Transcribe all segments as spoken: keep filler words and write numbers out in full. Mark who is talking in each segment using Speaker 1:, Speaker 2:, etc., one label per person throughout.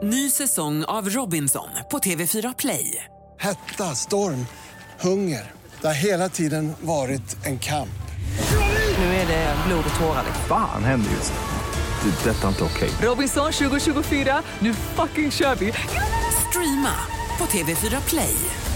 Speaker 1: Ny säsong av Robinson på T V fyra Play.
Speaker 2: Hetta, storm, hunger. Det har hela tiden varit en kamp.
Speaker 1: Nu är det blod och tårar.
Speaker 3: Fan händer just det. Det är detta inte okej.
Speaker 1: Robinson tjugo tjugofyra, nu fucking kör vi. Streama på T V fyra Play.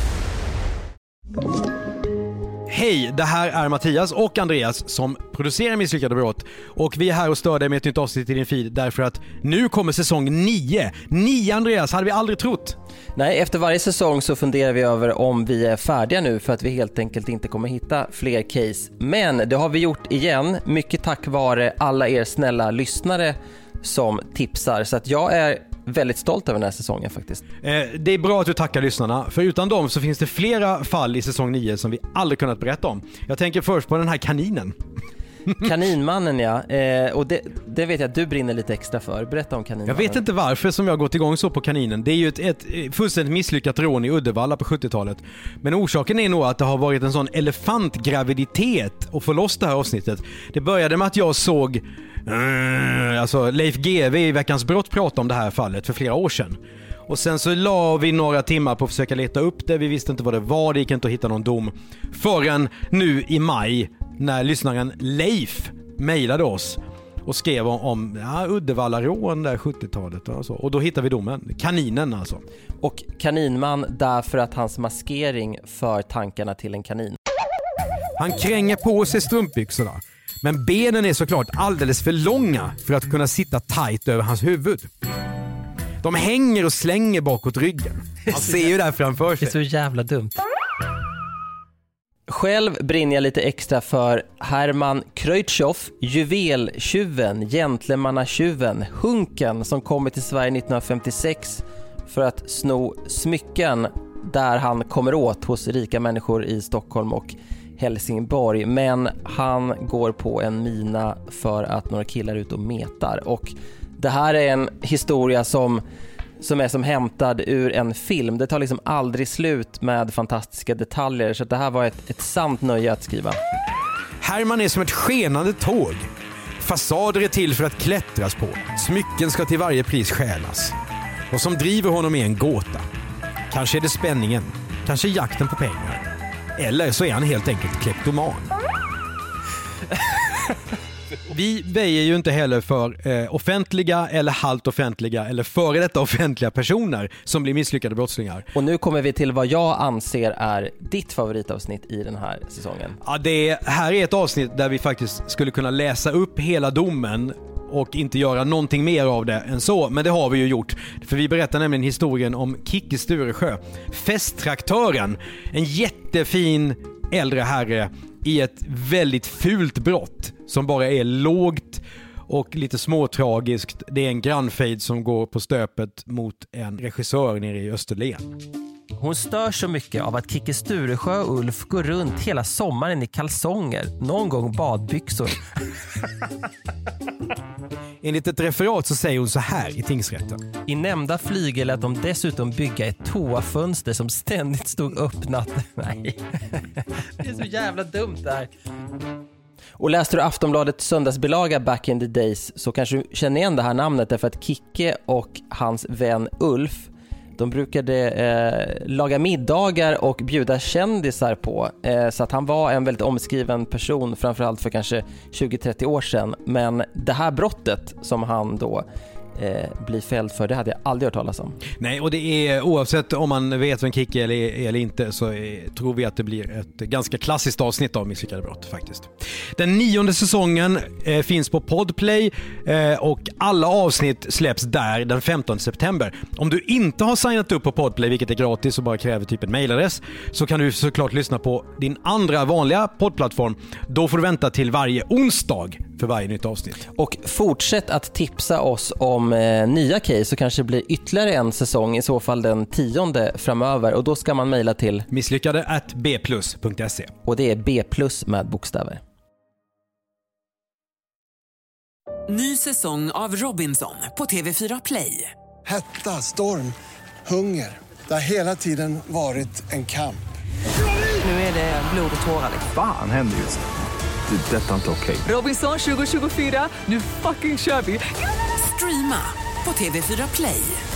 Speaker 4: Hej, det här är Mattias och Andreas som producerar Misslyckade brott. Och vi är här och stör dig med ett nytt avsnitt i din feed därför att nu kommer säsong nio. Nio, Andreas, hade vi aldrig trott.
Speaker 5: Nej, efter varje säsong så funderar vi över om vi är färdiga nu för att vi helt enkelt inte kommer hitta fler case. Men det har vi gjort igen, mycket tack vare alla er snälla lyssnare som tipsar. Så att jag är väldigt stolt över den här säsongen faktiskt.
Speaker 4: Eh, det är bra att du tackar lyssnarna, för utan dem så finns det flera fall i säsong nio som vi aldrig kunnat berätta om. Jag tänker först på den här kaninen.
Speaker 5: Kaninmannen, ja. Eh, och det, det vet jag att du brinner lite extra för. Berätta om kaninmannen.
Speaker 4: Jag vet inte varför som jag har gått igång så på kaninen. Det är ju ett, ett fullständigt misslyckat rån i Uddevalla på sjuttiotalet. Men orsaken är nog att det har varit en sån elefantgraviditet och få loss det här avsnittet. Det började med att jag såg uh, alltså Leif G W i Veckans brott prata om det här fallet för flera år sedan. Och sen så la vi några timmar på att försöka leta upp det. Vi visste inte vad det var, det gick inte att hitta någon dom. Förrän nu i maj när lyssnaren Leif mejlade oss och skrev om, om ja, Uddevalla-rån där sjuttiotalet och så. Och då hittade vi domen, kaninen alltså.
Speaker 5: Och kaninman därför att hans maskering för tankarna till en kanin.
Speaker 4: Han kränger på sig strumpbyxorna, men benen är såklart alldeles för långa för att kunna sitta tight över hans huvud. De hänger och slänger bakåt ryggen. Han ser ju där framför sig.
Speaker 5: Det är så jävla dumt. Själv brinner jag lite extra för Herman Kreutzschoff, juveltjuven, gentlemannatjuven, hunken som kommer till Sverige nittonhundrafemtiosex för att sno smycken där han kommer åt hos rika människor i Stockholm och Helsingborg. Men han går på en mina för att några killar är ute och metar. Och det här är en historia som som är som hämtad ur en film. Det tar liksom aldrig slut med fantastiska detaljer, så det här var ett, ett sant nöje att skriva.
Speaker 4: Herman är som ett skenande tåg. Fasader är till för att klättras på. Smycken ska till varje pris stjälas. Och som driver honom är en gåta. Kanske är det spänningen, kanske jakten på pengar. Eller så är han helt enkelt kleptoman. Vi väjer ju inte heller för eh, offentliga eller halvt offentliga eller före detta offentliga personer som blir misslyckade brottslingar.
Speaker 5: Och nu kommer vi till vad jag anser är ditt favoritavsnitt i den här säsongen.
Speaker 4: Ja, det här är ett avsnitt där vi faktiskt skulle kunna läsa upp hela domen och inte göra någonting mer av det än så, men det har vi ju gjort. För vi berättar nämligen historien om Kicke Sturesjö, festtraktören, en jättefin äldre herre i ett väldigt fult brott som bara är lågt och lite småtragiskt. Det är en grannfejd som går på stöpet mot en regissör nere i Österlen.
Speaker 5: Hon stör så mycket av att Kicke Sturesjö och Ulf går runt hela sommaren i kalsonger, någon gång badbyxor.
Speaker 4: Enligt ett referat så säger hon så här i tingsrätten.
Speaker 5: I nämnda flygel att de dessutom bygga ett toafönster som ständigt stod öppnat. Nej, det är så jävla dumt där. Och läste du Aftonbladets söndagsbilaga back in the days så kanske du känner igen det här namnet, därför att Kicke och hans vän Ulf, de brukade eh, laga middagar och bjuda kändisar på. Eh, så att han var en väldigt omskriven person, framförallt för kanske tjugo trettio år sedan. Men det här brottet som han då eh, blir fälld för, det hade jag aldrig hört talas om.
Speaker 4: Nej, och det är oavsett om man vet vem Kicke är eller, eller inte, så är, tror vi att det blir ett ganska klassiskt avsnitt av Misslyckade brott faktiskt. Den nionde säsongen eh, finns på Podplay eh, och alla avsnitt släpps där den femtonde september. Om du inte har signat upp på Podplay, vilket är gratis och bara kräver typ en mailadress, så kan du såklart lyssna på din andra vanliga poddplattform. Då får du vänta till varje onsdag för varje nytt avsnitt.
Speaker 5: Och fortsätt att tipsa oss om eh, nya case, så kanske det blir ytterligare en säsong, i så fall den tionde framöver. Och då ska man mejla till
Speaker 4: misslyckade at b plus punkt se.
Speaker 5: Och det är B plus med bokstäver.
Speaker 1: Ny säsong av Robinson på T V fyra Play.
Speaker 2: Hetta, storm, hunger. Det har hela tiden varit en kamp.
Speaker 1: Nu är det blod och tårar.
Speaker 3: Fan händer just det. Det är detta inte okej.
Speaker 1: Robinson tjugo tjugofyra, nu fucking kör vi. Streama på T V fyra Play.